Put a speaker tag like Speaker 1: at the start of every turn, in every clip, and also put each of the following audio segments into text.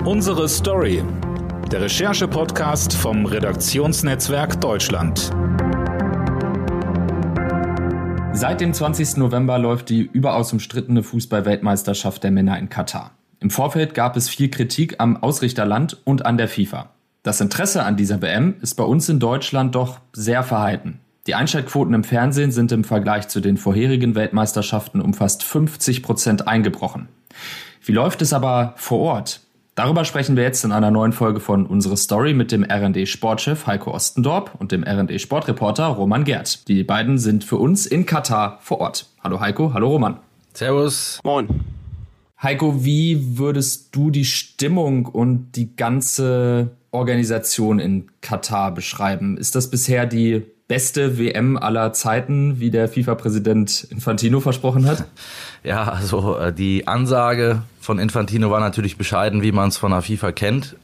Speaker 1: Unsere Story. Der Recherche-Podcast vom Redaktionsnetzwerk Deutschland.
Speaker 2: Seit dem 20. November läuft die überaus umstrittene Fußball-Weltmeisterschaft der Männer in Katar. Im Vorfeld gab es viel Kritik am Ausrichterland und an der FIFA. Das Interesse an dieser WM ist bei uns in Deutschland doch sehr verhalten. Die Einschaltquoten im Fernsehen sind im Vergleich zu den vorherigen Weltmeisterschaften um fast 50% eingebrochen. Wie läuft es aber vor Ort? Darüber sprechen wir jetzt in einer neuen Folge von Unsere Story mit dem RND-Sportchef Heiko Ostendorp und dem RND-Sportreporter Roman Gerd. Die beiden sind für uns in Katar vor Ort. Hallo Heiko, hallo Roman.
Speaker 3: Servus.
Speaker 4: Moin.
Speaker 2: Heiko, wie würdest du die Stimmung und die ganze Organisation in Katar beschreiben? Ist das bisher die beste WM aller Zeiten, wie der FIFA-Präsident Infantino versprochen hat?
Speaker 3: Ja, also die Ansage von Infantino war natürlich bescheiden, wie man es von der FIFA kennt.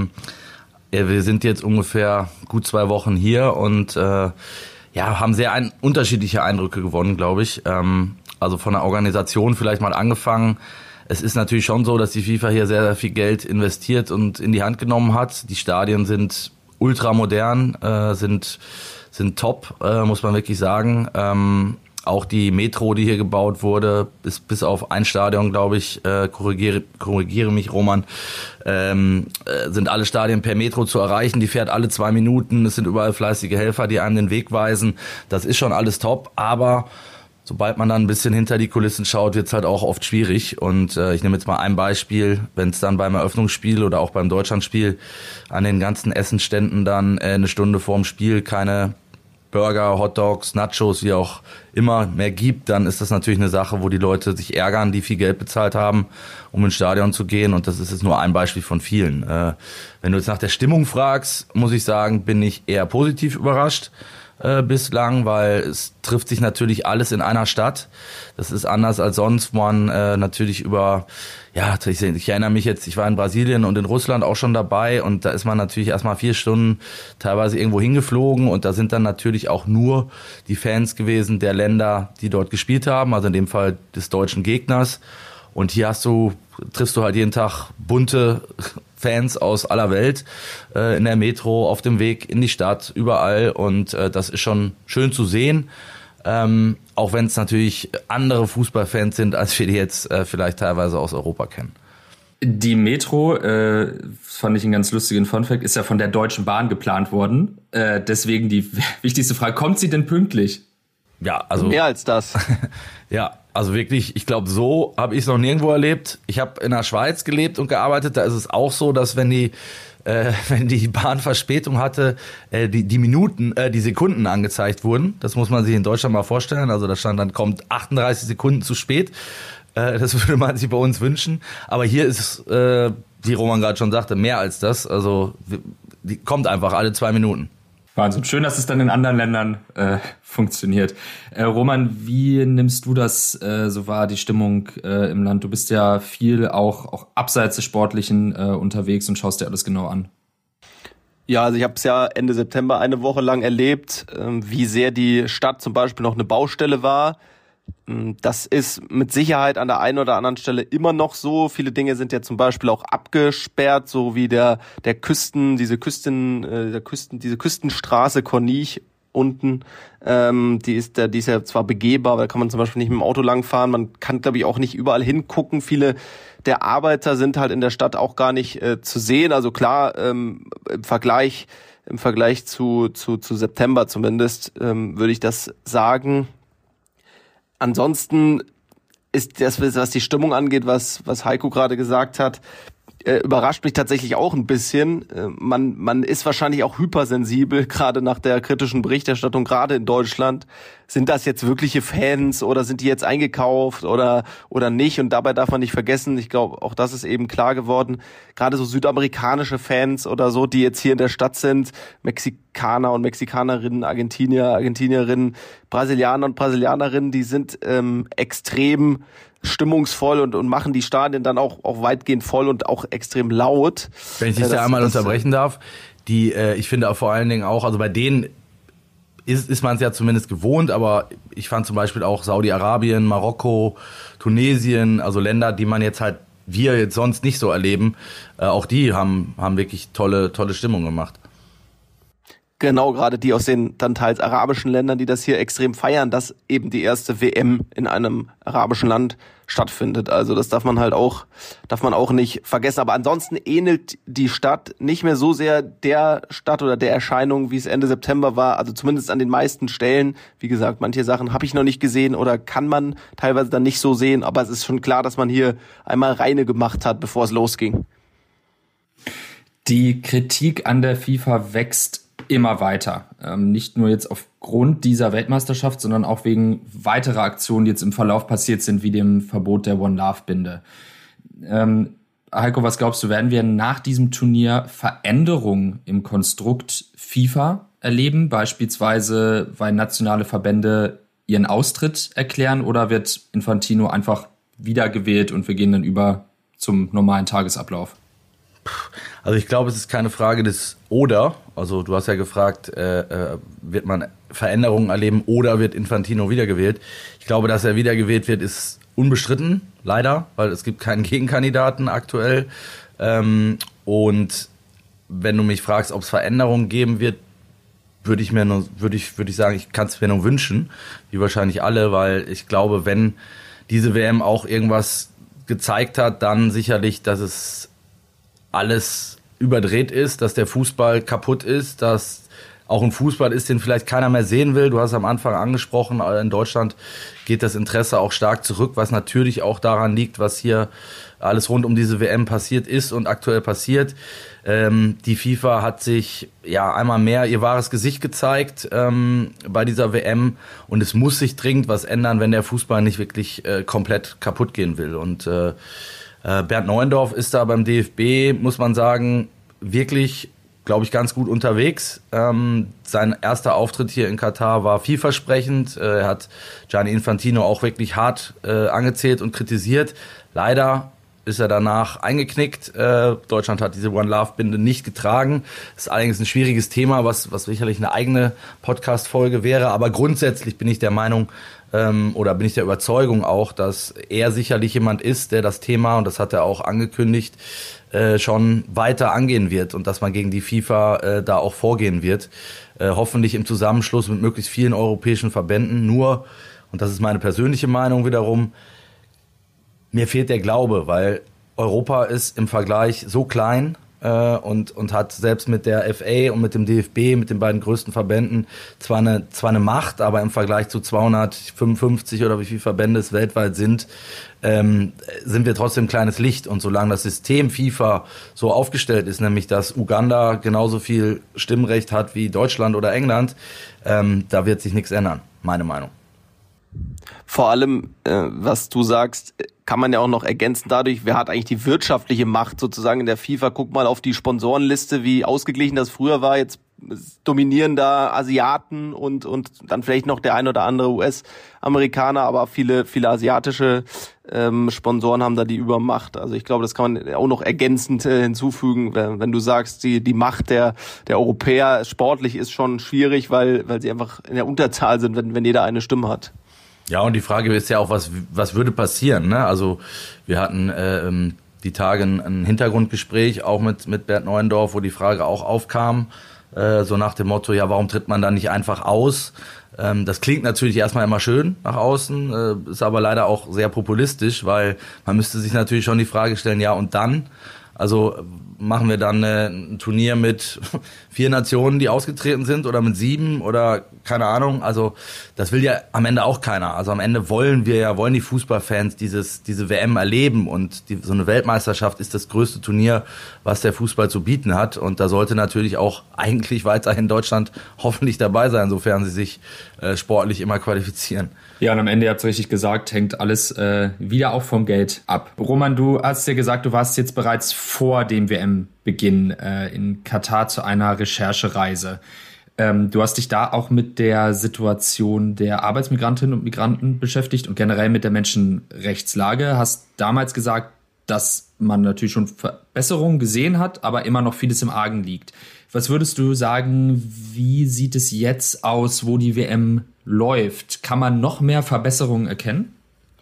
Speaker 3: Wir sind jetzt ungefähr gut 2 Wochen hier und haben sehr unterschiedliche Eindrücke gewonnen, glaube ich. Also von der Organisation vielleicht mal angefangen. Es ist natürlich schon so, dass die FIFA hier sehr, sehr viel Geld investiert und in die Hand genommen hat. Die Stadien sind ultramodern, sind top, muss man wirklich sagen. Auch die Metro, die hier gebaut wurde, ist bis auf ein Stadion, glaube ich, korrigiere mich, Roman, sind alle Stadien per Metro zu erreichen. Die fährt alle 2 Minuten. Es sind überall fleißige Helfer, die einem den Weg weisen. Das ist schon alles top, aber sobald man dann ein bisschen hinter die Kulissen schaut, wird es halt auch oft schwierig. Und ich nehme jetzt mal ein Beispiel, wenn es dann beim Eröffnungsspiel oder auch beim Deutschlandspiel an den ganzen Essensständen dann eine Stunde vorm Spiel keine Burger, Hotdogs, Nachos, wie auch immer mehr gibt, dann ist das natürlich eine Sache, wo die Leute sich ärgern, die viel Geld bezahlt haben, um ins Stadion zu gehen. Und das ist jetzt nur ein Beispiel von vielen. Wenn du jetzt nach der Stimmung fragst, muss ich sagen, bin ich eher positiv überrascht bislang, weil es trifft sich natürlich alles in einer Stadt. Das ist anders als sonst, wo man natürlich ich erinnere mich jetzt, ich war in Brasilien und in Russland auch schon dabei und da ist man natürlich erstmal 4 Stunden teilweise irgendwo hingeflogen und da sind dann natürlich auch nur die Fans gewesen der Länder, die dort gespielt haben, also in dem Fall des deutschen Gegners. Und hier triffst du halt jeden Tag bunte Fans aus aller Welt in der Metro, auf dem Weg in die Stadt, überall. Und das ist schon schön zu sehen, auch wenn es natürlich andere Fußballfans sind, als wir die jetzt vielleicht teilweise aus Europa kennen.
Speaker 2: Die Metro, fand ich einen ganz lustigen Funfact, ist ja von der Deutschen Bahn geplant worden. Deswegen die wichtigste Frage, kommt sie denn pünktlich?
Speaker 3: Ja, also
Speaker 4: mehr als das.
Speaker 3: Ja, also wirklich, ich glaube, so habe ich es noch nirgendwo erlebt. Ich habe in der Schweiz gelebt und gearbeitet. Da ist es auch so, dass wenn die Bahn Verspätung hatte, die Sekunden angezeigt wurden. Das muss man sich in Deutschland mal vorstellen. Also da stand dann, kommt 38 Sekunden zu spät. Das würde man sich bei uns wünschen. Aber hier ist es, wie Roman gerade schon sagte, mehr als das. Also die kommt einfach alle 2 Minuten.
Speaker 2: Wahnsinn. Schön, dass es dann in anderen Ländern funktioniert. Roman, wie nimmst du das so wahr, die Stimmung im Land? Du bist ja viel auch abseits des Sportlichen unterwegs und schaust dir alles genau an.
Speaker 4: Ja, also ich habe es ja Ende September eine Woche lang erlebt, wie sehr die Stadt zum Beispiel noch eine Baustelle war. Das ist mit Sicherheit an der einen oder anderen Stelle immer noch so. Viele Dinge sind ja zum Beispiel auch abgesperrt, so wie diese Küstenstraße Corniche unten. Die ist ja zwar begehbar, aber da kann man zum Beispiel nicht mit dem Auto langfahren. Man kann, glaube ich, auch nicht überall hingucken. Viele der Arbeiter sind halt in der Stadt auch gar nicht zu sehen. Also klar, im Vergleich zu September zumindest, würde ich das sagen. Ansonsten ist das, was die Stimmung angeht, was Heiko gerade gesagt hat, überrascht mich tatsächlich auch ein bisschen. Man ist wahrscheinlich auch hypersensibel, gerade nach der kritischen Berichterstattung, gerade in Deutschland. Sind das jetzt wirkliche Fans oder sind die jetzt eingekauft oder nicht? Und dabei darf man nicht vergessen, ich glaube, auch das ist eben klar geworden, gerade so südamerikanische Fans oder so, die jetzt hier in der Stadt sind, Mexikaner und Mexikanerinnen, Argentinierinnen, Brasilianer und Brasilianerinnen, die sind extrem stimmungsvoll und machen die Stadien dann auch weitgehend voll und auch extrem laut.
Speaker 3: Wenn ich dich da einmal unterbrechen darf, ich finde auch vor allen Dingen auch, also bei denen ist man es ja zumindest gewohnt, aber ich fand zum Beispiel auch Saudi-Arabien, Marokko, Tunesien, also Länder, die man jetzt halt wir jetzt sonst nicht so erleben. Auch die haben wirklich tolle Stimmung gemacht.
Speaker 4: Genau, gerade die aus den dann teils arabischen Ländern, die das hier extrem feiern, dass eben die erste WM in einem arabischen Land stattfindet. Also das darf man auch nicht vergessen. Aber ansonsten ähnelt die Stadt nicht mehr so sehr der Stadt oder der Erscheinung, wie es Ende September war. Also zumindest an den meisten Stellen. Wie gesagt, manche Sachen habe ich noch nicht gesehen oder kann man teilweise dann nicht so sehen. Aber es ist schon klar, dass man hier einmal reine gemacht hat, bevor es losging.
Speaker 2: Die Kritik an der FIFA wächst immer weiter. Nicht nur jetzt aufgrund dieser Weltmeisterschaft, sondern auch wegen weiterer Aktionen, die jetzt im Verlauf passiert sind, wie dem Verbot der One-Love-Binde. Heiko, was glaubst du, werden wir nach diesem Turnier Veränderungen im Konstrukt FIFA erleben? Beispielsweise, weil nationale Verbände ihren Austritt erklären, oder wird Infantino einfach wiedergewählt und wir gehen dann über zum normalen Tagesablauf?
Speaker 3: Also ich glaube, es ist keine Frage des Oder. Also du hast ja gefragt, wird man Veränderungen erleben oder wird Infantino wiedergewählt? Ich glaube, dass er wiedergewählt wird, ist unbestritten, leider, weil es gibt keinen Gegenkandidaten aktuell. Und wenn du mich fragst, ob es Veränderungen geben wird, würde ich sagen, ich kann es mir nur wünschen, wie wahrscheinlich alle, weil ich glaube, wenn diese WM auch irgendwas gezeigt hat, dann sicherlich, dass es alles überdreht ist, dass der Fußball kaputt ist, dass auch ein Fußball ist, den vielleicht keiner mehr sehen will. Du hast am Anfang angesprochen, in Deutschland geht das Interesse auch stark zurück, was natürlich auch daran liegt, was hier alles rund um diese WM passiert ist und aktuell passiert. Die FIFA hat sich einmal mehr ihr wahres Gesicht gezeigt bei dieser WM und es muss sich dringend was ändern, wenn der Fußball nicht wirklich komplett kaputt gehen will. Und Bernd Neuendorf ist da beim DFB, muss man sagen, wirklich, glaube ich, ganz gut unterwegs. Sein erster Auftritt hier in Katar war vielversprechend. Er hat Gianni Infantino auch wirklich hart angezählt und kritisiert. Leider ist er danach eingeknickt. Deutschland hat diese One-Love-Binde nicht getragen. Das ist allerdings ein schwieriges Thema, was sicherlich eine eigene Podcast-Folge wäre. Aber grundsätzlich bin ich der Meinung, oder bin ich der Überzeugung auch, dass er sicherlich jemand ist, der das Thema, und das hat er auch angekündigt, schon weiter angehen wird und dass man gegen die FIFA da auch vorgehen wird. Hoffentlich im Zusammenschluss mit möglichst vielen europäischen Verbänden. Nur, und das ist meine persönliche Meinung wiederum, mir fehlt der Glaube, weil Europa ist im Vergleich so klein und hat selbst mit der FA und mit dem DFB, mit den beiden größten Verbänden, zwar eine Macht, aber im Vergleich zu 255 oder wie viele Verbände es weltweit sind wir trotzdem ein kleines Licht. Und solange das System FIFA so aufgestellt ist, nämlich dass Uganda genauso viel Stimmrecht hat wie Deutschland oder England, da wird sich nichts ändern, meine Meinung.
Speaker 4: Vor allem, was du sagst, kann man ja auch noch ergänzen dadurch, wer hat eigentlich die wirtschaftliche Macht sozusagen in der FIFA. Guck mal auf die Sponsorenliste, wie ausgeglichen das früher war. Jetzt dominieren da Asiaten und dann vielleicht noch der ein oder andere US-Amerikaner, aber viele asiatische Sponsoren haben da die Übermacht. Also ich glaube, das kann man auch noch ergänzend hinzufügen, wenn du sagst, die Macht der Europäer sportlich ist schon schwierig, weil sie einfach in der Unterzahl sind, wenn jeder eine Stimme hat.
Speaker 3: Ja, und die Frage ist ja auch, was würde passieren, ne? Also wir hatten die Tage ein Hintergrundgespräch auch mit Bernd Neuendorf, wo die Frage auch aufkam, so nach dem Motto, ja, warum tritt man da nicht einfach aus? Das klingt natürlich erstmal immer schön nach außen, ist aber leider auch sehr populistisch, weil man müsste sich natürlich schon die Frage stellen, ja, und dann? Also machen wir dann ein Turnier mit 4 Nationen, die ausgetreten sind, oder mit 7 oder keine Ahnung. Also das will ja am Ende auch keiner. Also am Ende wollen die Fußballfans diese WM erleben, und so eine Weltmeisterschaft ist das größte Turnier, was der Fußball zu bieten hat. Und da sollte natürlich auch eigentlich weiterhin Deutschland hoffentlich dabei sein, sofern sie sich sportlich immer qualifizieren.
Speaker 2: Ja, und am Ende, ihr habt es richtig gesagt, hängt alles wieder auch vom Geld ab. Roman, du hast ja gesagt, du warst jetzt bereits vor dem WM-Beginn in Katar zu einer Recherchereise. Du hast dich da auch mit der Situation der Arbeitsmigrantinnen und Migranten beschäftigt und generell mit der Menschenrechtslage. Hast damals gesagt, dass man natürlich schon Verbesserungen gesehen hat, aber immer noch vieles im Argen liegt. Was würdest du sagen, wie sieht es jetzt aus, wo die WM läuft? Kann man noch mehr Verbesserungen erkennen?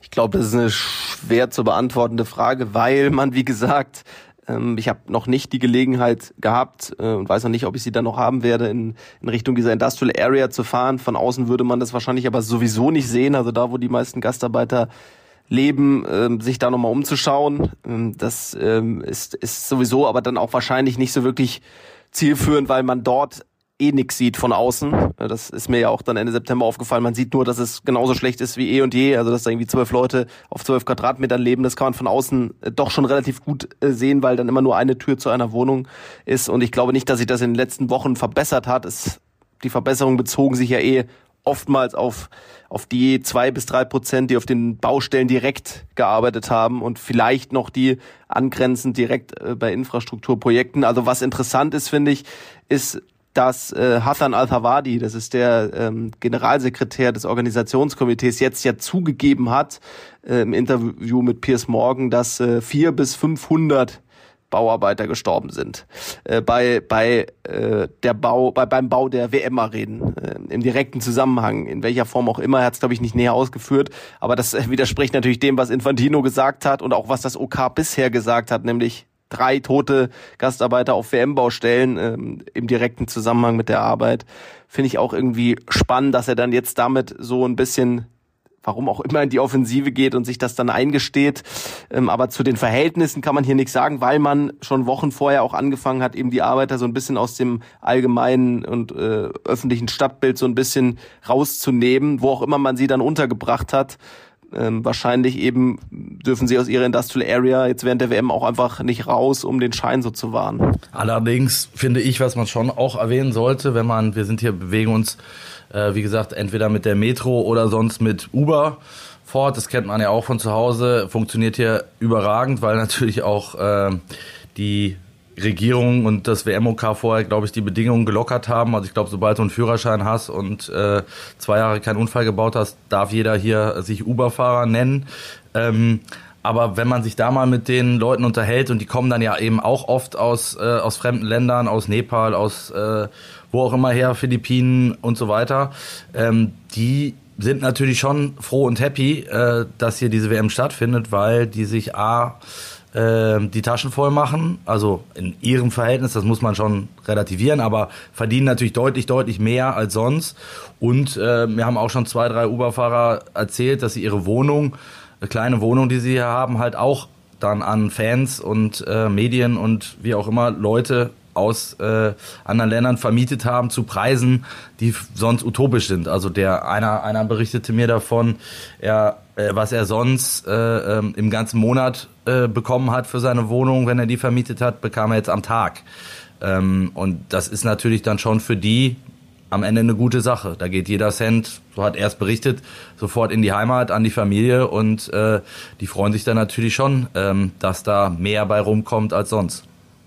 Speaker 4: Ich glaube, das ist eine schwer zu beantwortende Frage, weil man, wie gesagt, ich habe noch nicht die Gelegenheit gehabt und weiß noch nicht, ob ich sie dann noch haben werde, in Richtung dieser Industrial Area zu fahren. Von außen würde man das wahrscheinlich aber sowieso nicht sehen, also da, wo die meisten Gastarbeiter leben, sich da nochmal umzuschauen. Das ist sowieso aber dann auch wahrscheinlich nicht so wirklich zielführend, weil man dort nichts sieht von außen. Das ist mir ja auch dann Ende September aufgefallen. Man sieht nur, dass es genauso schlecht ist wie eh und je. Also dass da irgendwie 12 Leute auf 12 Quadratmetern leben. Das kann man von außen doch schon relativ gut sehen, weil dann immer nur eine Tür zu einer Wohnung ist. Und ich glaube nicht, dass sich das in den letzten Wochen verbessert hat. Die Verbesserungen bezogen sich ja oftmals auf die 2-3%, die auf den Baustellen direkt gearbeitet haben und vielleicht noch die angrenzend direkt bei Infrastrukturprojekten. Also was interessant ist, finde ich, ist, dass Hassan Al-Thawadi, das ist der Generalsekretär des Organisationskomitees, jetzt ja zugegeben hat im Interview mit Piers Morgan, dass 400 bis 500 Bauarbeiter gestorben sind beim Bau der WM-Arenen im direkten Zusammenhang, in welcher Form auch immer. Er hat es, glaube ich, nicht näher ausgeführt, aber das widerspricht natürlich dem, was Infantino gesagt hat und auch was das OK bisher gesagt hat, nämlich 3 tote Gastarbeiter auf WM-Baustellen im direkten Zusammenhang mit der Arbeit. Finde ich auch irgendwie spannend, dass er dann jetzt damit so ein bisschen, warum auch immer, in die Offensive geht und sich das dann eingesteht. Aber zu den Verhältnissen kann man hier nichts sagen, weil man schon Wochen vorher auch angefangen hat, eben die Arbeiter so ein bisschen aus dem allgemeinen und öffentlichen Stadtbild so ein bisschen rauszunehmen, wo auch immer man sie dann untergebracht hat. Wahrscheinlich eben dürfen sie aus ihrer Industrial Area jetzt während der WM auch einfach nicht raus, um den Schein so zu wahren.
Speaker 3: Allerdings finde ich, was man schon auch erwähnen sollte, bewegen uns, wie gesagt, entweder mit der Metro oder sonst mit Uber fort. Das kennt man ja auch von zu Hause. Funktioniert hier überragend, weil natürlich auch die Regierung und das WMOK vorher, glaube ich, die Bedingungen gelockert haben. Also ich glaube, sobald du einen Führerschein hast und 2 Jahre keinen Unfall gebaut hast, darf jeder hier sich Uber-Fahrer nennen. Aber wenn man sich da mal mit den Leuten unterhält, und die kommen dann ja eben auch oft aus fremden Ländern, aus Nepal, aus wo auch immer her, Philippinen und so weiter, die sind natürlich schon froh und happy, dass hier diese WM stattfindet, weil die sich die Taschen voll machen, also in ihrem Verhältnis, das muss man schon relativieren, aber verdienen natürlich deutlich mehr als sonst. Und mir haben auch schon 2, 3 Uber-Fahrer erzählt, dass sie ihre Wohnung, eine kleine Wohnung, die sie hier haben, halt auch dann an Fans und Medien und wie auch immer Leute aus anderen Ländern vermietet haben zu Preisen, die sonst utopisch sind. Also einer berichtete mir davon, was er sonst im ganzen Monat bekommen hat für seine Wohnung, wenn er die vermietet hat, bekam er jetzt am Tag. Und das ist natürlich dann schon für die am Ende eine gute Sache. Da geht jeder Cent, so hat er es berichtet, sofort in die Heimat, an die Familie, und die freuen sich dann natürlich schon, dass da mehr bei rumkommt als sonst.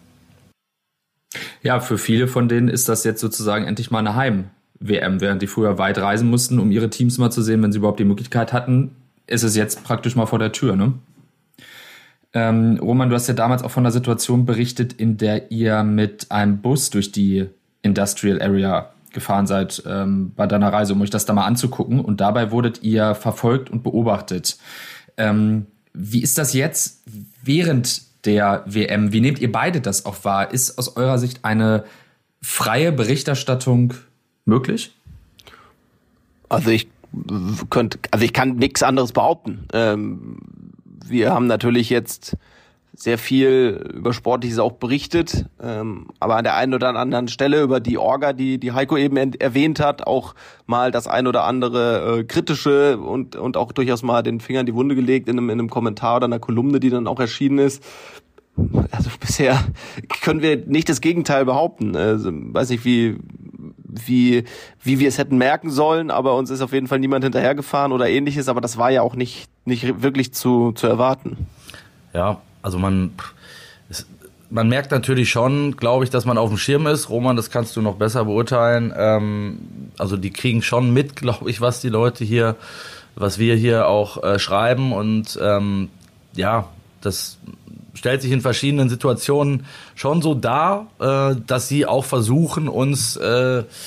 Speaker 2: Ja, für viele von denen ist das jetzt sozusagen endlich mal eine Heim-WM, während die früher weit reisen mussten, um ihre Teams mal zu sehen, wenn sie überhaupt die Möglichkeit hatten, ist es jetzt praktisch mal vor der Tür, ne? Roman, du hast ja damals auch von einer Situation berichtet, in der ihr mit einem Bus durch die Industrial Area gefahren seid bei deiner Reise, um euch das da mal anzugucken, und dabei wurdet ihr verfolgt und beobachtet. Wie ist das jetzt während der WM? Wie nehmt ihr beide das auch wahr? Ist aus eurer Sicht eine freie Berichterstattung möglich?
Speaker 4: Also ich kann nichts anderes behaupten. Wir haben natürlich jetzt sehr viel über Sportliches auch berichtet, aber an der einen oder anderen Stelle über die Orga, die Heiko eben erwähnt hat, auch mal das ein oder andere kritische und auch durchaus mal den Finger in die Wunde gelegt in einem Kommentar oder einer Kolumne, die dann auch erschienen ist. Also bisher können wir nicht das Gegenteil behaupten. Weiß nicht, wie wir es hätten merken sollen, aber uns ist auf jeden Fall niemand hinterhergefahren oder ähnliches, aber das war ja auch nicht wirklich zu erwarten.
Speaker 3: Ja, also man merkt natürlich schon, glaube ich, dass man auf dem Schirm ist. Roman, das kannst du noch besser beurteilen. Also die kriegen schon mit, glaube ich, was wir hier auch schreiben, und das stellt sich in verschiedenen Situationen schon so dar, dass sie auch versuchen, uns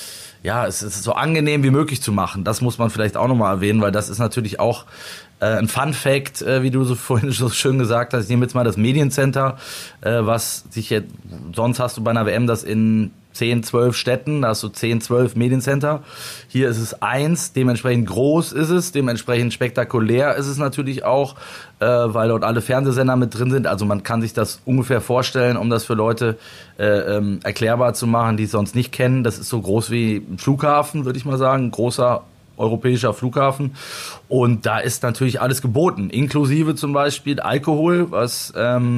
Speaker 3: es ist so angenehm wie möglich zu machen. Das muss man vielleicht auch nochmal erwähnen, weil das ist natürlich auch ein Fun-Fact, wie du so vorhin so schön gesagt hast. Ich nehme jetzt mal das Mediencenter, was sich jetzt, sonst hast du bei einer WM das in 10, 12 Städten, da hast du 10, 12 Mediencenter. Hier ist es 1, dementsprechend groß ist es, dementsprechend spektakulär ist es natürlich auch, weil dort alle Fernsehsender mit drin sind. Also man kann sich das ungefähr vorstellen, um das für Leute erklärbar zu machen, die es sonst nicht kennen. Das ist so groß wie ein Flughafen, würde ich mal sagen, ein großer europäischer Flughafen. Und da ist natürlich alles geboten, inklusive zum Beispiel Alkohol, was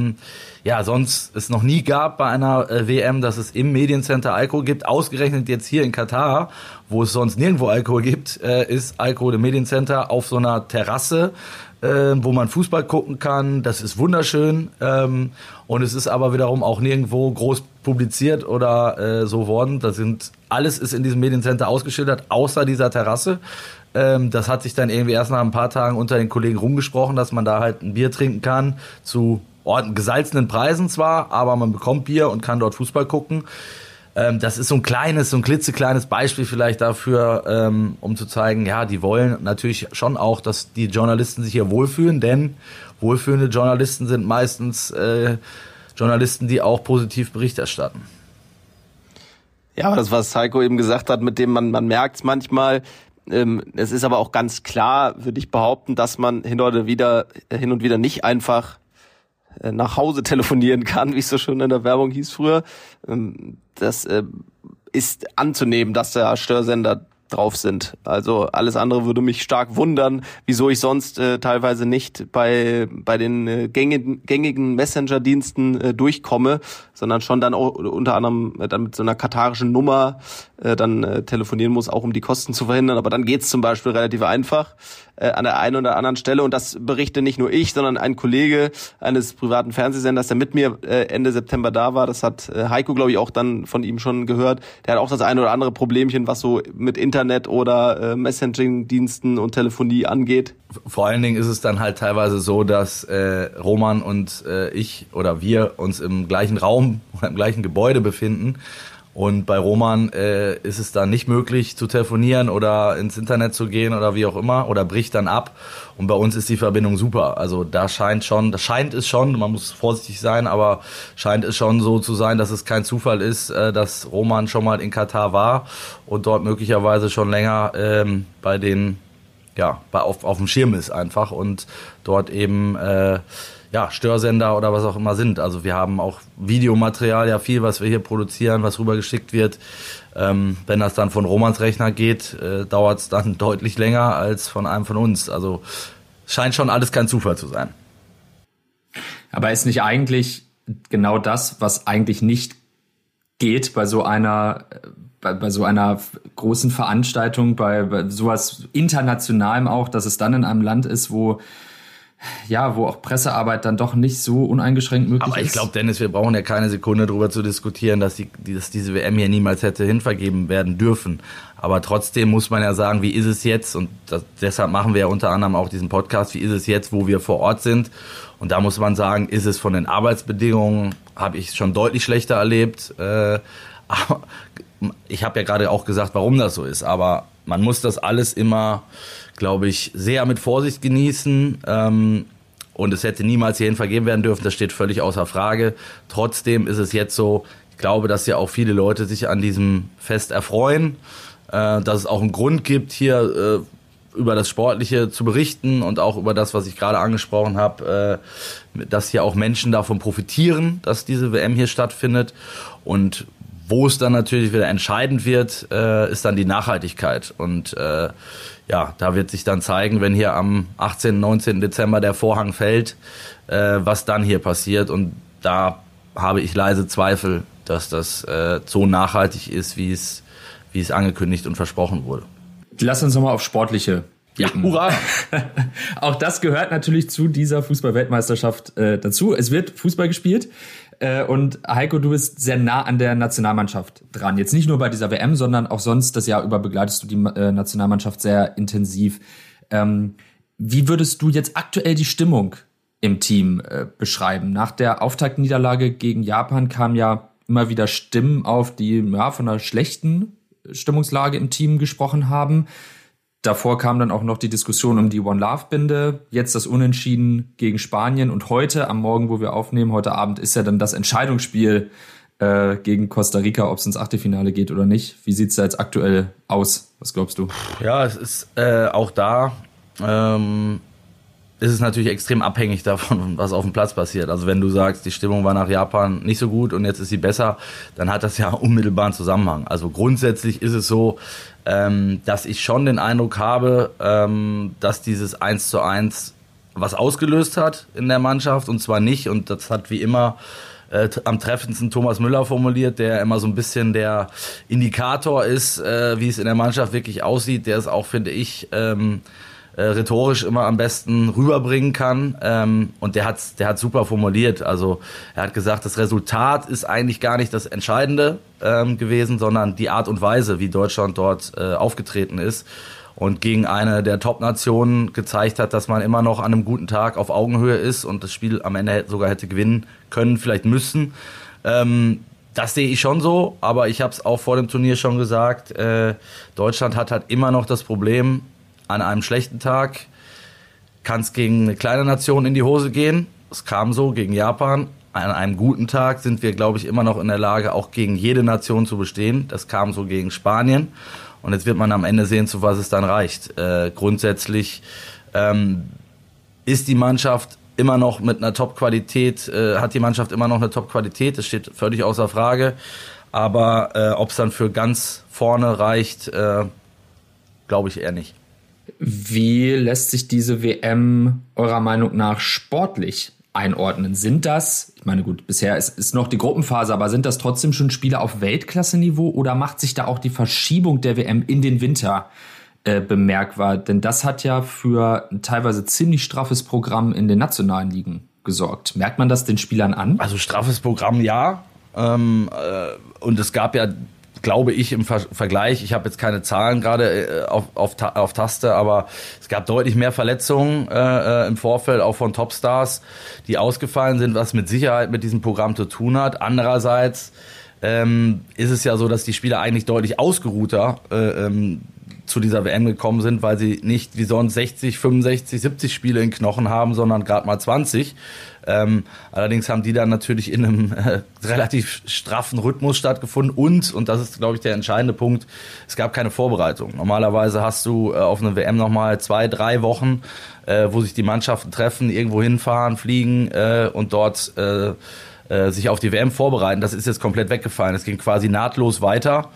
Speaker 3: sonst es noch nie gab bei einer WM, dass es im Mediencenter Alkohol gibt. Ausgerechnet jetzt hier in Katar, wo es sonst nirgendwo Alkohol gibt, ist Alkohol im Mediencenter auf so einer Terrasse, wo man Fußball gucken kann. Das ist wunderschön. Und es ist aber wiederum auch nirgendwo groß publiziert oder so worden. Alles ist in diesem Mediencenter ausgeschildert, außer dieser Terrasse. Das hat sich dann irgendwie erst nach ein paar Tagen unter den Kollegen rumgesprochen, dass man da halt ein Bier trinken kann, zu gesalzenen Preisen zwar, aber man bekommt Bier und kann dort Fußball gucken. Das ist so ein klitzekleines Beispiel vielleicht dafür, um zu zeigen, ja, die wollen natürlich schon auch, dass die Journalisten sich hier wohlfühlen, denn wohlfühlende Journalisten sind meistens Journalisten, die auch positiv Bericht erstatten.
Speaker 4: Ja, aber das, was Heiko eben gesagt hat, mit dem man merkt es manchmal, es ist aber auch ganz klar, würde ich behaupten, dass man hin und wieder nicht einfach nach Hause telefonieren kann, wie es so schön in der Werbung hieß früher. Das ist anzunehmen, dass da Störsender drauf sind. Also alles andere würde mich stark wundern, wieso ich sonst teilweise nicht bei den gängigen Messenger-Diensten durchkomme, sondern schon dann auch unter anderem dann mit so einer katarischen Nummer dann telefonieren muss, auch um die Kosten zu verhindern. Aber dann geht's zum Beispiel relativ einfach an der einen oder anderen Stelle. Und das berichte nicht nur ich, sondern ein Kollege eines privaten Fernsehsenders, der mit mir Ende September da war. Das hat Heiko, glaube ich, auch dann von ihm schon gehört. Der hat auch das ein oder andere Problemchen, was so mit Internet oder Messaging-Diensten und Telefonie angeht.
Speaker 3: Vor allen Dingen ist es dann halt teilweise so, dass Roman und ich oder wir uns im gleichen Raum oder im gleichen Gebäude befinden. Und bei Roman ist es dann nicht möglich zu telefonieren oder ins Internet zu gehen oder wie auch immer oder bricht dann ab. Und bei uns ist die Verbindung super. Also da scheint es schon, man muss vorsichtig sein, aber scheint es schon so zu sein, dass es kein Zufall ist, dass Roman schon mal in Katar war und dort möglicherweise schon länger auf dem Schirm ist einfach und dort eben Störsender oder was auch immer sind. Also wir haben auch Videomaterial, ja viel, was wir hier produzieren, was rübergeschickt wird. Wenn das dann von Romans Rechner geht, dauert es dann deutlich länger als von einem von uns. Also scheint schon alles kein Zufall zu sein.
Speaker 2: Aber ist nicht eigentlich genau das, was eigentlich nicht geht bei so einer großen Veranstaltung, bei sowas Internationalem auch, dass es dann in einem Land ist, wo auch Pressearbeit dann doch nicht so uneingeschränkt möglich ist.
Speaker 3: Aber ich glaube, Dennis, wir brauchen ja keine Sekunde darüber zu diskutieren, dass diese WM hier niemals hätte hinvergeben werden dürfen. Aber trotzdem muss man ja sagen, wie ist es jetzt? Und deshalb machen wir ja unter anderem auch diesen Podcast. Wie ist es jetzt, wo wir vor Ort sind? Und da muss man sagen, ist es von den Arbeitsbedingungen, habe ich schon deutlich schlechter erlebt. Aber ich habe ja gerade auch gesagt, warum das so ist. Aber man muss das alles immer, glaube ich, sehr mit Vorsicht genießen. Und es hätte niemals hierhin vergeben werden dürfen. Das steht völlig außer Frage. Trotzdem ist es jetzt so, ich glaube, dass ja auch viele Leute sich an diesem Fest erfreuen. Dass es auch einen Grund gibt, hier über das Sportliche zu berichten und auch über das, was ich gerade angesprochen habe, dass hier auch Menschen davon profitieren, dass diese WM hier stattfindet. Und wo es dann natürlich wieder entscheidend wird, ist dann die Nachhaltigkeit. Und da wird sich dann zeigen, wenn hier am 18., 19. Dezember der Vorhang fällt, was dann hier passiert. Und da habe ich leise Zweifel, dass das so nachhaltig ist, wie es angekündigt und versprochen wurde.
Speaker 2: Lass uns nochmal auf Sportliche blicken.
Speaker 3: Ja, hurra!
Speaker 2: Auch das gehört natürlich zu dieser Fußball-Weltmeisterschaft dazu. Es wird Fußball gespielt. Und Heiko, du bist sehr nah an der Nationalmannschaft dran. Jetzt nicht nur bei dieser WM, sondern auch sonst das Jahr über begleitest du die Nationalmannschaft sehr intensiv. Wie würdest du jetzt aktuell die Stimmung im Team beschreiben? Nach der Auftaktniederlage gegen Japan kamen ja immer wieder Stimmen auf, die von einer schlechten Stimmungslage im Team gesprochen haben. Davor kam dann auch noch die Diskussion um die One Love Binde. Jetzt das Unentschieden gegen Spanien. Und heute, am Morgen, wo wir aufnehmen, heute Abend, ist ja dann das Entscheidungsspiel gegen Costa Rica, ob es ins Achtelfinale geht oder nicht. Wie sieht es da jetzt aktuell aus? Was glaubst du?
Speaker 3: Ja, es ist auch da ist es natürlich extrem abhängig davon, was auf dem Platz passiert. Also wenn du sagst, die Stimmung war nach Japan nicht so gut und jetzt ist sie besser, dann hat das ja unmittelbaren Zusammenhang. Also grundsätzlich ist es so, dass ich schon den Eindruck habe, dass dieses 1:1 was ausgelöst hat in der Mannschaft, und zwar nicht, und das hat wie immer am treffendsten Thomas Müller formuliert, der immer so ein bisschen der Indikator ist, wie es in der Mannschaft wirklich aussieht, der es auch, finde ich, rhetorisch immer am besten rüberbringen kann, und der hat super formuliert. Also er hat gesagt, das Resultat ist eigentlich gar nicht das Entscheidende gewesen, sondern die Art und Weise, wie Deutschland dort aufgetreten ist und gegen eine der Top-Nationen gezeigt hat, dass man immer noch an einem guten Tag auf Augenhöhe ist und das Spiel am Ende sogar hätte gewinnen können, vielleicht müssen. Das sehe ich schon so, aber ich habe es auch vor dem Turnier schon gesagt, Deutschland hat halt immer noch das Problem, an einem schlechten Tag kann es gegen eine kleine Nation in die Hose gehen. Es kam so gegen Japan. An einem guten Tag sind wir, glaube ich, immer noch in der Lage, auch gegen jede Nation zu bestehen. Das kam so gegen Spanien. Und jetzt wird man am Ende sehen, zu was es dann reicht. Grundsätzlich ist die Mannschaft immer noch mit einer Top-Qualität, hat die Mannschaft immer noch eine Top-Qualität. Das steht völlig außer Frage. Aber ob es dann für ganz vorne reicht, glaube ich eher nicht.
Speaker 2: Wie lässt sich diese WM eurer Meinung nach sportlich einordnen? Sind das, ich meine gut, bisher ist noch die Gruppenphase, aber sind das trotzdem schon Spiele auf Weltklasse-Niveau oder macht sich da auch die Verschiebung der WM in den Winter bemerkbar? Denn das hat ja für ein teilweise ziemlich straffes Programm in den nationalen Ligen gesorgt. Merkt man das den Spielern an?
Speaker 3: Also straffes Programm, ja. Und es gab ja, glaube ich, im Vergleich, ich habe jetzt keine Zahlen gerade auf Taste, aber es gab deutlich mehr Verletzungen im Vorfeld, auch von Topstars, die ausgefallen sind, was mit Sicherheit mit diesem Programm zu tun hat. Andererseits ist es ja so, dass die Spieler eigentlich deutlich ausgeruhter zu dieser WM gekommen sind, weil sie nicht wie sonst 60, 65, 70 Spiele in Knochen haben, sondern gerade mal 20. Allerdings haben die dann natürlich in einem relativ straffen Rhythmus stattgefunden und das ist, glaube ich, der entscheidende Punkt, es gab keine Vorbereitung. Normalerweise hast du auf eine WM nochmal 2-3 Wochen, wo sich die Mannschaften treffen, irgendwo hinfahren, fliegen und dort sich auf die WM vorbereiten. Das ist jetzt komplett weggefallen. Es ging quasi nahtlos weiter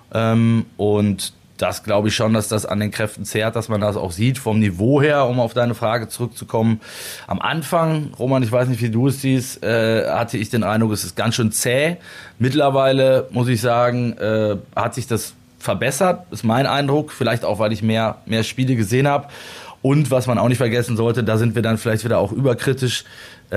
Speaker 3: und das glaube ich schon, dass das an den Kräften zehrt, dass man das auch sieht vom Niveau her, um auf deine Frage zurückzukommen. Am Anfang, Roman, ich weiß nicht, wie du es siehst, hatte ich den Eindruck, es ist ganz schön zäh. Mittlerweile, muss ich sagen, hat sich das verbessert, ist mein Eindruck. Vielleicht auch, weil ich mehr Spiele gesehen habe. Und was man auch nicht vergessen sollte, da sind wir dann vielleicht wieder auch überkritisch,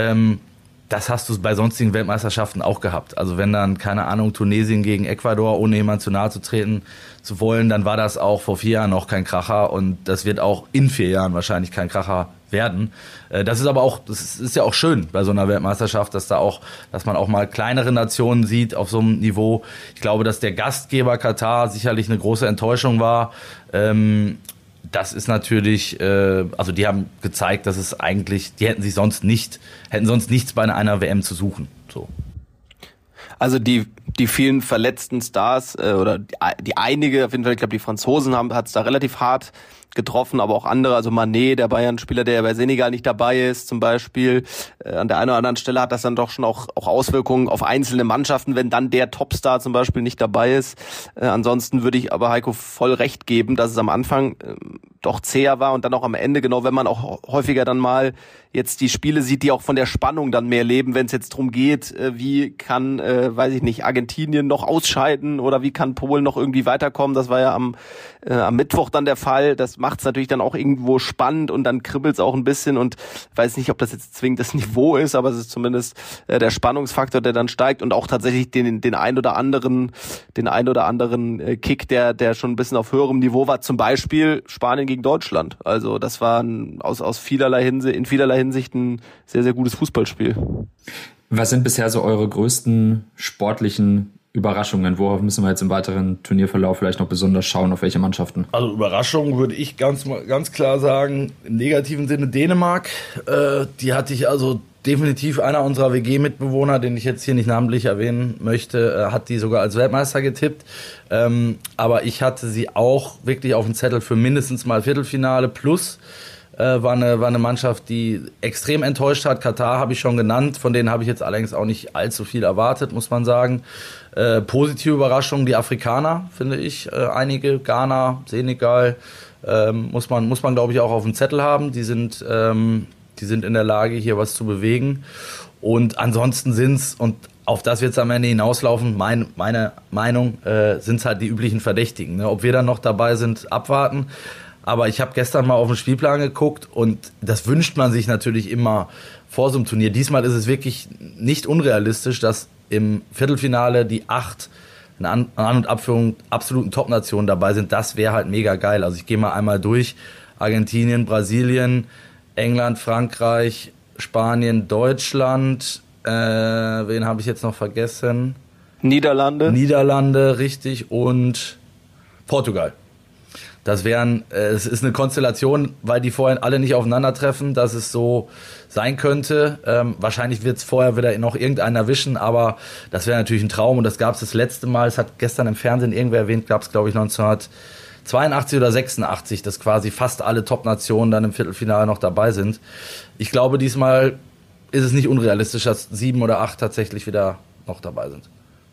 Speaker 3: das hast du bei sonstigen Weltmeisterschaften auch gehabt. Also wenn dann, keine Ahnung, Tunesien gegen Ecuador, ohne jemand zu nahe zu treten zu wollen, dann war das auch vor 4 Jahren noch kein Kracher und das wird auch in 4 Jahren wahrscheinlich kein Kracher werden. Das ist aber auch, das ist ja auch schön bei so einer Weltmeisterschaft, dass man auch mal kleinere Nationen sieht auf so einem Niveau. Ich glaube, dass der Gastgeber Katar sicherlich eine große Enttäuschung war. Das ist natürlich, also die haben gezeigt, dass es eigentlich, die hätten sonst nichts bei einer WM zu suchen. So.
Speaker 4: Also die vielen verletzten Stars oder die einige, auf jeden Fall, ich glaube die Franzosen hat es da relativ hart getroffen, aber auch andere, also Mané, der Bayern-Spieler, der ja bei Senegal nicht dabei ist zum Beispiel, an der einen oder anderen Stelle hat das dann doch schon auch Auswirkungen auf einzelne Mannschaften, wenn dann der Topstar zum Beispiel nicht dabei ist. Ansonsten würde ich aber Heiko voll recht geben, dass es am Anfang doch zäher war und dann auch am Ende, genau, wenn man auch häufiger dann mal jetzt die Spiele sieht, die auch von der Spannung dann mehr leben, wenn es jetzt drum geht, wie kann, weiß ich nicht, Argentinien noch ausscheiden oder wie kann Polen noch irgendwie weiterkommen, das war ja am Mittwoch dann der Fall, das macht es natürlich dann auch irgendwo spannend und dann kribbelt es auch ein bisschen und ich weiß nicht, ob das jetzt zwingend das Niveau ist, aber es ist zumindest der Spannungsfaktor, der dann steigt und auch tatsächlich den ein oder anderen Kick, der schon ein bisschen auf höherem Niveau war, zum Beispiel Spanien gegen Deutschland. Also das war in vielerlei Hinsicht ein sehr, sehr gutes Fußballspiel.
Speaker 2: Was sind bisher so eure größten sportlichen Überraschungen? Worauf müssen wir jetzt im weiteren Turnierverlauf vielleicht noch besonders schauen, auf welche Mannschaften?
Speaker 3: Also Überraschung würde ich ganz klar sagen, im negativen Sinne Dänemark. Die hatte ich also definitiv, einer unserer WG-Mitbewohner, den ich jetzt hier nicht namentlich erwähnen möchte, hat die sogar als Weltmeister getippt. Aber ich hatte sie auch wirklich auf dem Zettel für mindestens mal Viertelfinale plus. War eine Mannschaft, die extrem enttäuscht hat. Katar habe ich schon genannt, von denen habe ich jetzt allerdings auch nicht allzu viel erwartet, muss man sagen. Positive Überraschungen, die Afrikaner, finde ich. Einige, Ghana, Senegal, muss man glaube ich auch auf dem Zettel haben. Die sind in der Lage, hier was zu bewegen. Und ansonsten sind's, und auf das wird es am Ende hinauslaufen, meine Meinung, sind's halt die üblichen Verdächtigen. Ne? Ob wir dann noch dabei sind, abwarten. Aber ich habe gestern mal auf den Spielplan geguckt und das wünscht man sich natürlich immer vor so einem Turnier. Diesmal ist es wirklich nicht unrealistisch, dass im Viertelfinale die 8 in An- und Abführung absoluten Top-Nationen dabei sind. Das wäre halt mega geil. Also ich gehe mal einmal durch. Argentinien, Brasilien, England, Frankreich, Spanien, Deutschland. Wen habe ich jetzt noch vergessen? Niederlande, richtig. Und Portugal. Das es ist eine Konstellation, weil die vorher alle nicht aufeinandertreffen, dass es so sein könnte. Wahrscheinlich wird es vorher wieder noch irgendeinen erwischen, aber das wäre natürlich ein Traum. Und das gab es das letzte Mal, es hat gestern im Fernsehen irgendwer erwähnt, gab es glaube ich 1982 oder 86, dass quasi fast alle Top-Nationen dann im Viertelfinale noch dabei sind. Ich glaube, diesmal ist es nicht unrealistisch, dass 7 oder 8 tatsächlich wieder noch dabei sind.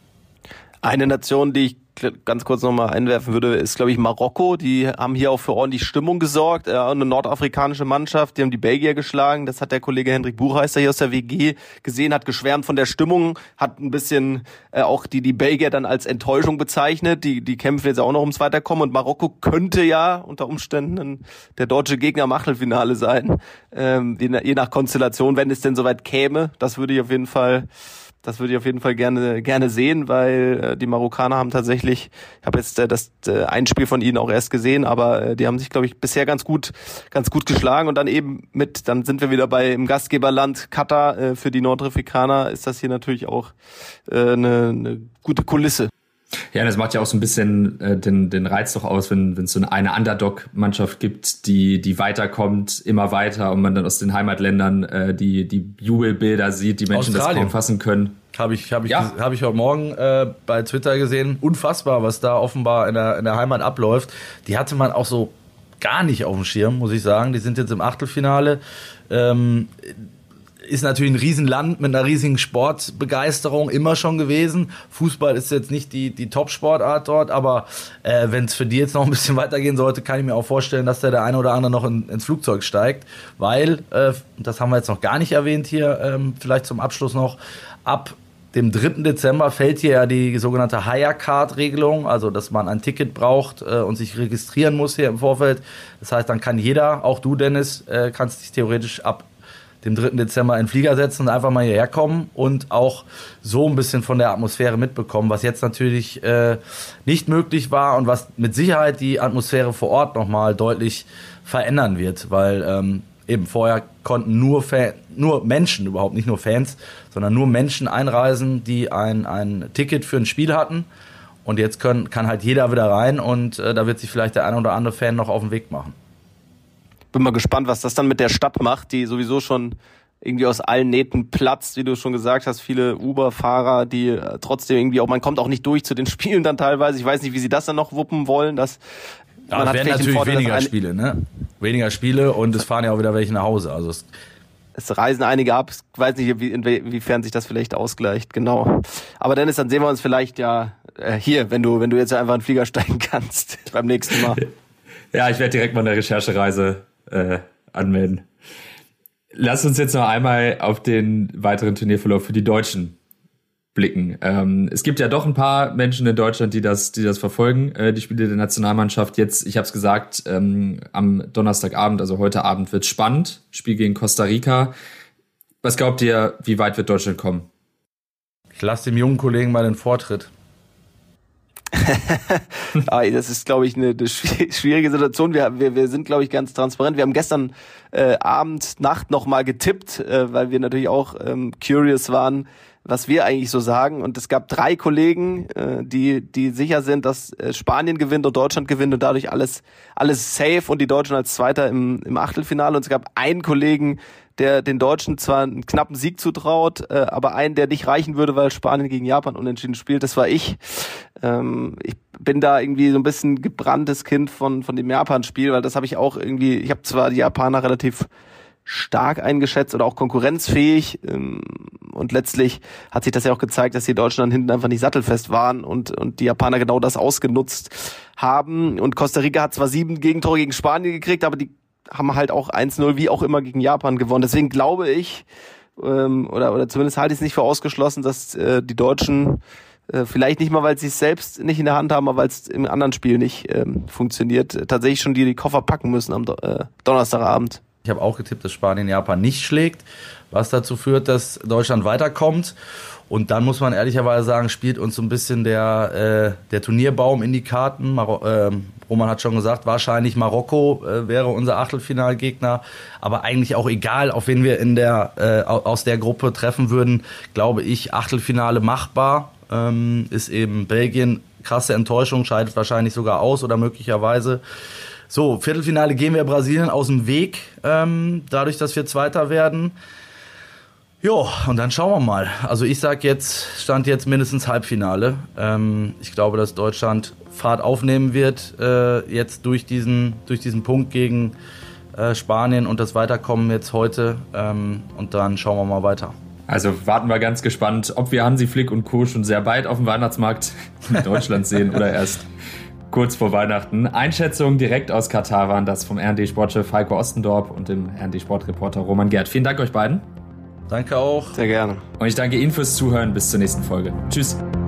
Speaker 4: Eine Nation, die ich ganz kurz nochmal einwerfen würde, ist, glaube ich, Marokko. Die haben hier auch für ordentlich Stimmung gesorgt. Eine nordafrikanische Mannschaft, die haben die Belgier geschlagen. Das hat der Kollege Hendrik Buchheister hier aus der WG gesehen, hat geschwärmt von der Stimmung, hat ein bisschen auch die Belgier dann als Enttäuschung bezeichnet. Die kämpfen jetzt auch noch ums Weiterkommen. Und Marokko könnte ja unter Umständen der deutsche Gegner im Achtelfinale sein. Je nach Konstellation, wenn es denn soweit käme. Das würde ich auf jeden Fall gerne sehen, weil die Marokkaner haben tatsächlich, ich habe jetzt das Einspiel von ihnen auch erst gesehen, aber die haben sich, glaube ich, bisher ganz gut geschlagen und dann dann sind wir wieder im Gastgeberland Katar. Für die Nordafrikaner ist das hier natürlich auch eine gute Kulisse.
Speaker 2: Ja, das macht ja auch so ein bisschen den Reiz doch aus, wenn es so eine Underdog-Mannschaft gibt, die weiterkommt, immer weiter und man dann aus den Heimatländern die Jubelbilder sieht, die Menschen das kaum fassen können.
Speaker 3: Habe ich heute Morgen bei Twitter gesehen. Unfassbar, was da offenbar in der Heimat abläuft. Die hatte man auch so gar nicht auf dem Schirm, muss ich sagen. Die sind jetzt im Achtelfinale. Ist natürlich ein Riesenland mit einer riesigen Sportbegeisterung immer schon gewesen. Fußball ist jetzt nicht die Top-Sportart dort, aber wenn es für die jetzt noch ein bisschen weitergehen sollte, kann ich mir auch vorstellen, dass der eine oder andere noch ins Flugzeug steigt, weil, das haben wir jetzt noch gar nicht erwähnt hier, vielleicht zum Abschluss noch, ab dem 3. Dezember fällt hier ja die sogenannte Hire-Card-Regelung, also dass man ein Ticket braucht und sich registrieren muss hier im Vorfeld. Das heißt, dann kann jeder, auch du Dennis, kannst dich theoretisch ab dem 3. Dezember in den Flieger setzen und einfach mal hierher kommen und auch so ein bisschen von der Atmosphäre mitbekommen, was jetzt natürlich nicht möglich war und was mit Sicherheit die Atmosphäre vor Ort nochmal deutlich verändern wird, weil eben vorher konnten nur Menschen, überhaupt nicht nur Fans, sondern nur Menschen einreisen, die ein Ticket für ein Spiel hatten und jetzt kann halt jeder wieder rein und da wird sich vielleicht der ein oder andere Fan noch auf den Weg machen.
Speaker 4: Bin mal gespannt, was das dann mit der Stadt macht, die sowieso schon irgendwie aus allen Nähten platzt, wie du schon gesagt hast, viele Uber-Fahrer, die trotzdem irgendwie auch, man kommt auch nicht durch zu den Spielen dann teilweise. Ich weiß nicht, wie sie das dann noch wuppen wollen.
Speaker 3: Es werden natürlich weniger Spiele, ne? Weniger Spiele und es fahren ja auch wieder welche nach Hause. Also
Speaker 4: es reisen einige ab. Ich weiß nicht, inwiefern sich das vielleicht ausgleicht, genau. Aber Dennis, dann sehen wir uns vielleicht ja hier, wenn du jetzt einfach in den Flieger steigen kannst beim nächsten Mal.
Speaker 2: Ja, ich werde direkt mal eine Recherchereise anmelden. Lass uns jetzt noch einmal auf den weiteren Turnierverlauf für die Deutschen blicken. Es gibt ja doch ein paar Menschen in Deutschland, die das verfolgen, die Spiele der Nationalmannschaft. Jetzt, ich habe es gesagt, am Donnerstagabend, also heute Abend, wird spannend. Spiel gegen Costa Rica. Was glaubt ihr, wie weit wird Deutschland kommen?
Speaker 3: Ich lasse dem jungen Kollegen mal den Vortritt.
Speaker 4: Das ist, glaube ich, eine schwierige Situation. Wir sind, glaube ich, ganz transparent. Wir haben gestern Nacht noch mal getippt, weil wir natürlich auch curious waren, was wir eigentlich so sagen. Und es gab 3 Kollegen, die sicher sind, dass Spanien gewinnt und Deutschland gewinnt und dadurch alles safe und die Deutschen als Zweiter im Achtelfinale. Und es gab einen Kollegen, der den Deutschen zwar einen knappen Sieg zutraut, aber einen, der nicht reichen würde, weil Spanien gegen Japan unentschieden spielt. Das war ich. Ich bin da irgendwie so ein bisschen gebranntes Kind von dem Japan-Spiel, weil das habe ich auch irgendwie, ich habe zwar die Japaner relativ stark eingeschätzt oder auch konkurrenzfähig und letztlich hat sich das ja auch gezeigt, dass die Deutschen dann hinten einfach nicht sattelfest waren und die Japaner genau das ausgenutzt haben und Costa Rica hat zwar 7 Gegentore gegen Spanien gekriegt, aber die haben halt auch 1-0 wie auch immer gegen Japan gewonnen. Deswegen glaube ich, oder zumindest halte ich es nicht für ausgeschlossen, dass die Deutschen vielleicht nicht mal, weil sie es selbst nicht in der Hand haben, aber weil es im anderen Spiel nicht funktioniert, tatsächlich schon die Koffer packen müssen am Donnerstagabend.
Speaker 3: Ich habe auch getippt, dass Spanien Japan nicht schlägt, was dazu führt, dass Deutschland weiterkommt. Und dann muss man ehrlicherweise sagen, spielt uns so ein bisschen der Turnierbaum in die Karten. Roman hat schon gesagt, wahrscheinlich Marokko wäre unser Achtelfinalgegner. Aber eigentlich auch egal, auf wen wir aus der Gruppe treffen würden, glaube ich, Achtelfinale machbar. Ist eben Belgien, krasse Enttäuschung, scheidet wahrscheinlich sogar aus oder möglicherweise. So, Viertelfinale gehen wir Brasilien aus dem Weg, dadurch, dass wir Zweiter werden. Jo, und dann schauen wir mal. Also ich sag jetzt, Stand jetzt mindestens Halbfinale. Ich glaube, dass Deutschland Fahrt aufnehmen wird, jetzt durch diesen Punkt gegen Spanien und das Weiterkommen jetzt heute. Und dann schauen wir mal weiter.
Speaker 2: Also warten wir ganz gespannt, ob wir Hansi Flick und Co. schon sehr bald auf dem Weihnachtsmarkt in Deutschland sehen oder erst kurz vor Weihnachten. Einschätzungen direkt aus Katar waren das vom RND-Sportchef Heiko Ostendorp und dem RND-Sportreporter Roman Gerd. Vielen Dank euch beiden.
Speaker 3: Danke auch.
Speaker 4: Sehr gerne.
Speaker 2: Und ich danke Ihnen fürs Zuhören. Bis zur nächsten Folge. Tschüss.